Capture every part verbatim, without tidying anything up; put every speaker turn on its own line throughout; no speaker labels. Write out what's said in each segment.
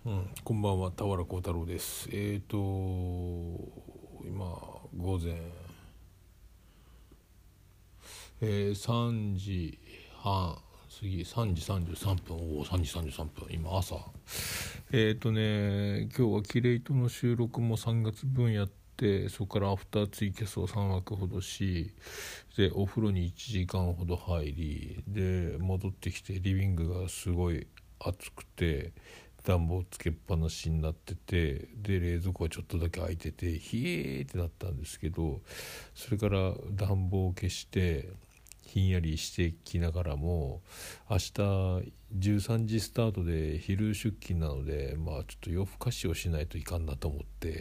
うん、こんばんは、田原幸太郎です。えーと今午前、えー、さんじはん過ぎ、さんじさんじゅうさんぷん、おおさんじさんじゅうさんぷん、今朝。えーとね今日はキレイトの収録もさんがつぶんやって、そこからアフターツイキャスをさんわくほどし、でお風呂にいちじかんほど入り、で戻ってきて、リビングがすごい暑くて暖房つけっぱなしになってて、で冷蔵庫はちょっとだけ開いててひえーってなったんですけど、それから暖房を消してひんやりしてきながらも、明日じゅうさんじスタートで昼出勤なので、まあちょっと夜更かしをしないといかんなと思って、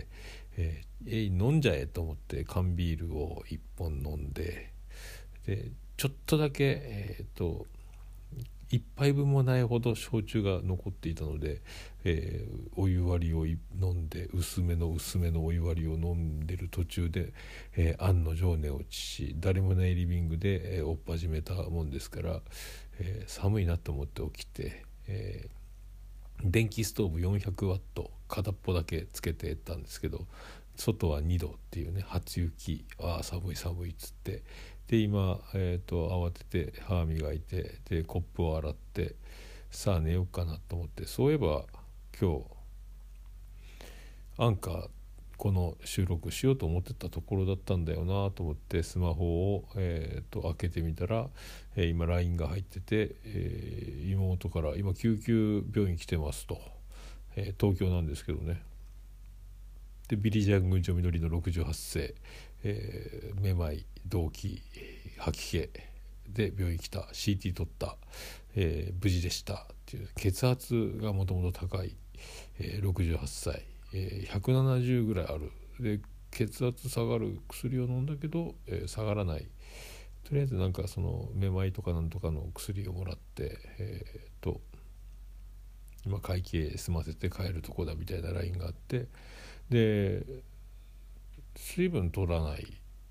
えー、えい飲んじゃえと思って缶ビールをいっぽん飲んで、でちょっとだけえっ、と一杯分もないほど焼酎が残っていたので、えーお湯割りを飲んで、薄めの薄めのお湯割りを飲んでる途中で、えー案の定寝落ちし、誰もないリビングで、えー、追っ始めたもんですから、えー寒いなと思って起きて、えー電気ストーブよんひゃくワット片っぽだけつけてたんですけど、外はにどっていうね、初雪、ああ寒い寒いっつって、で今、えー、と慌てて歯磨いて、でコップを洗って、さあ寝ようかなと思って、そういえば今日アンカーこの収録しようと思ってたところだったんだよなと思って、スマホを、えー、と開けてみたら、えー今 ライン が入ってて、えー妹から今救急病院来てますと、えー東京なんですけどね。でビリジャン群青緑のろくじゅうはっさい、えーめまい動悸吐き気で病院来た、 シーティー 取った、えー無事でしたっていう。血圧がもともと高い、えーろくじゅうはっさい、えーひゃくななじゅうぐらいある。で血圧下がる薬を飲んだけど、えー下がらない。とりあえずなんかそのめまいとかなんとかの薬をもらって、えー、と今会計済ませて帰るとこだみたいな ライン があって、で水分取らない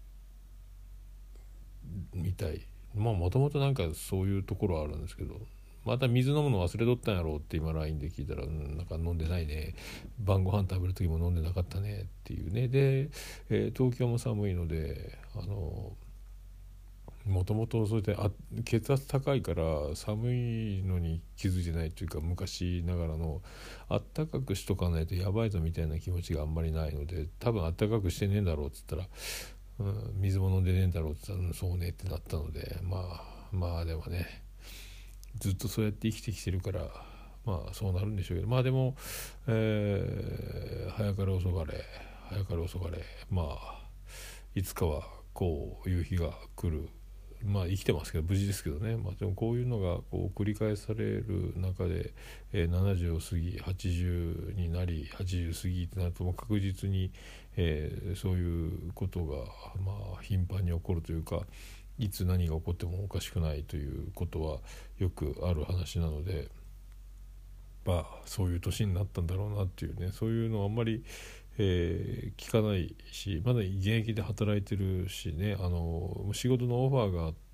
みたい。まあもともとなんかそういうところはあるんですけど、また水飲むの忘れとったんやろうって今 ライン で聞いたら、うん、なんか飲んでないね、晩ご飯食べる時も飲んでなかったねっていうね。で、えー東京も寒いので、あのもともとそれであ血圧高いから寒いのに気づいてないというか、昔ながらのあったかくしとかないとやばいぞみたいな気持ちがあんまりないので、多分あったかくしてねえんだろうっつったら、うん、水も飲んでねえんだろうって言ったら、うん、そうねってなったので、まあまあでもね、ずっとそうやって生きてきてるから、まあそうなるんでしょうけど、まあでも、えー早かれ遅かれ早かれ遅かれ、まあいつかはこういう日が来る。まあ生きてますけど無事ですけどね。まあでもこういうのがこう繰り返される中で、えー、ななじゅうを過ぎはちじゅうになり、はちじゅう過ぎってなるともう確実に、えーそういうことがまあ頻繁に起こるというか、いつ何が起こってもおかしくないということはよくある話なので、まあそういう年になったんだろうなっていうね。そういうのはあんまり、えー聞かないし、まだ現役で働いてるしね、あの仕事のオファーがあって、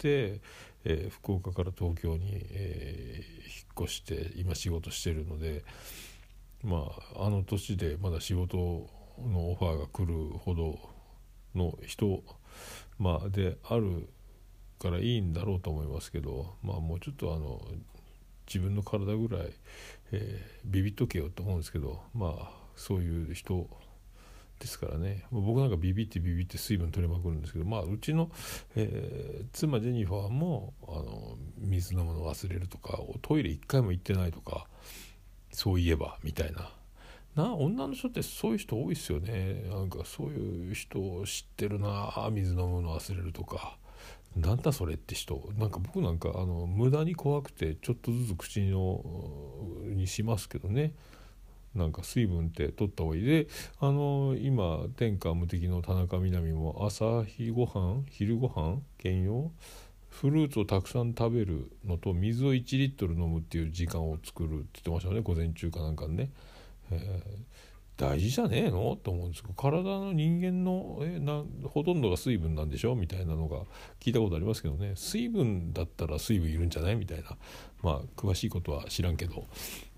えー福岡から東京に、えー引っ越して今仕事してるので、まああの年でまだ仕事のオファーが来るほどの人、まあ、であるからいいんだろうと思いますけど、まあもうちょっとあの自分の体ぐらい、えービビっとけよと思うんですけど、まあそういう人ですからね。僕なんかビビってビビって水分取りまくるんですけど、まあうちの、えー妻ジェニファーもあの水飲むの忘れるとか、トイレ一回も行ってないとか、そういえばみたいな。な女の人ってそういう人多いですよね。なんかそういう人を知ってるな、水飲むの忘れるとか、なんだそれって人。なんか僕なんかあの無駄に怖くてちょっとずつ口のにしますけどね。なんか水分って取った方がいい。で、あの今天下無敵の田中みな実も朝日ご飯昼ご飯兼用フルーツをたくさん食べるのと水をいちリットル飲むっていう時間を作るって言ってましたよね、午前中かなんかね。えー大事じゃねえのと思うんですけど、体の人間のえなほとんどが水分なんでしょみたいなのが聞いたことありますけどね。水分だったら水分いるんじゃないみたいな、まあ詳しいことは知らんけど、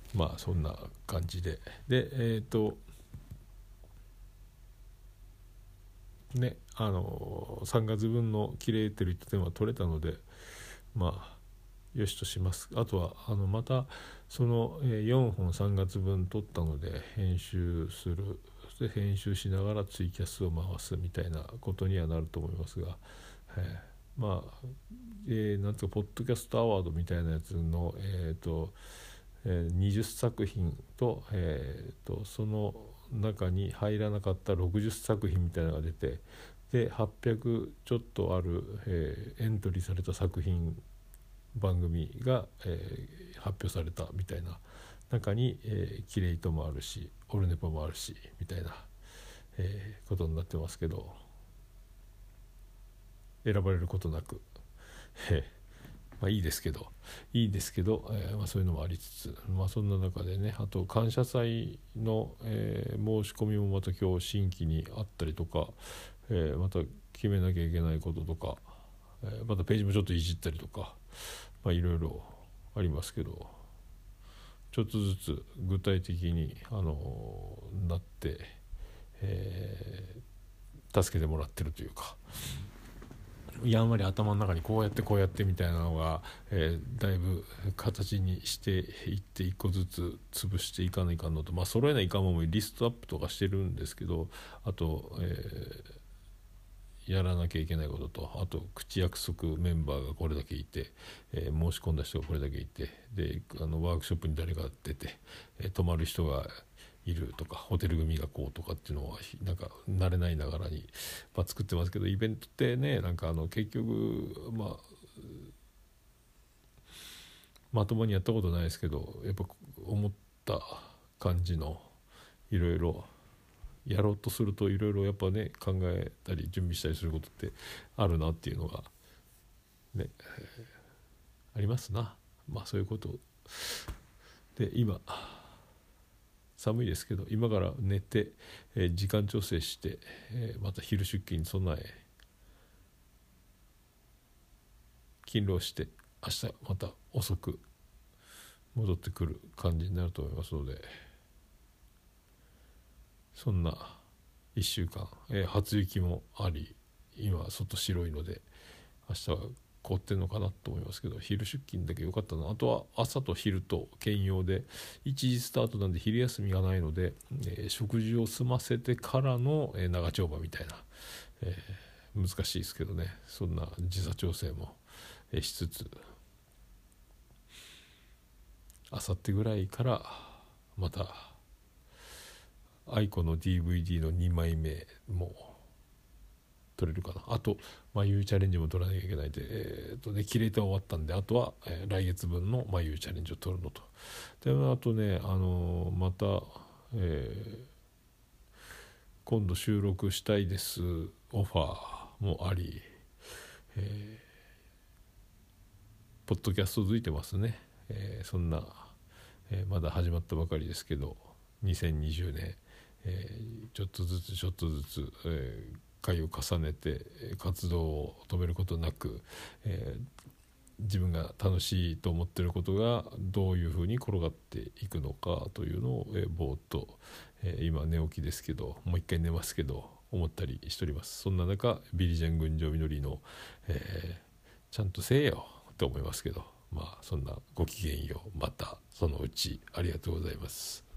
まあそんな感じででえっ、ー、とねあのさんがつぶんの切れてる点は取れたのでまあよしとします。あとはあのまたそのよんほんさんがつぶん撮ったので編集する、そして編集しながらツイキャスを回すみたいなことにはなると思いますが、えー、まあ、えー、なんていうかポッドキャストアワードみたいなやつの、えーとえー、にじゅっさくひんと、えーとその中に入らなかったろくじゅっさくひんみたいなのが出て、ではっぴゃくちょっとある、えー、エントリーされた作品番組が、えー、発表されたみたいな中に、えー、キレイトもあるしオルネポもあるしみたいな、えー、ことになってますけど、選ばれることなく、えーまあ、いいですけどいいですけど、えーまあ、そういうのもありつつ、まあ、そんな中でね、あと感謝祭の、えー、申し込みもまた今日新規にあったりとか、えー、また決めなきゃいけないこととか、えー、またページもちょっといじったりとか、まあ、いろいろありますけど、ちょっとずつ具体的に、あのなって、えー、助けてもらってるというか、やんわり頭の中にこうやってこうやってみたいなのが、えー、だいぶ形にしていって一個ずつ潰していかないかんのと、まあ揃えないかんもリストアップとかしてるんですけど、あと、えー、やらなきゃいけないことと、あと口約束メンバーがこれだけいて、えー、申し込んだ人がこれだけいて、であのワークショップに誰が出て、えー、泊まる人がいるとか、ホテル組がこうとかっていうのはなんか慣れないながらに、まあ、作ってますけど、イベントってね、なんかあの結局まあまともにやったことないですけど、やっぱ思った感じのいろいろやろうとするといろいろやっぱね考えたり準備したりすることってあるなっていうのがね、えー、ありますな。まあそういうことで、今寒いですけど今から寝て、えー、時間調整して、えー、また昼出勤に備え勤労して明日また遅く戻ってくる感じになると思いますので、そんないっしゅうかん、えー、初雪もあり今外白いので明日は凍ってるのかなと思いますけど、昼出勤だけ良かったな。あとは朝と昼と兼用でいちじスタートなんで昼休みがないので、えー、食事を済ませてからの、えー、長丁場みたいな、えー、難しいですけどね、そんな時差調整も、えー、しつつ、明後日ぐらいからまたアイコの ディーブイディー のにまいめも撮れるかな。あと眉チャレンジも撮らなきゃいけないで、えー、とでキレーター終わったんで、あとは、えー、来月分の眉チャレンジを撮るのと、であとね、あのー、また、えー、今度収録したいですオファーもあり、えー、ポッドキャスト続いてますね、えー、そんな、えー、まだ始まったばかりですけどにせんにじゅうねん、えー、ちょっとずつちょっとずつ、えー回を重ねて活動を止めることなく、えー、自分が楽しいと思っていることがどういうふうに転がっていくのかというのを、えー、ぼーっと、えー、今寝起きですけどもう一回寝ますけど思ったりしております。そんな中ビリジャン群青みのりの、えー、ちゃんとせえよと思いますけど、まあそんなごきげんよう、またそのうち、ありがとうございます。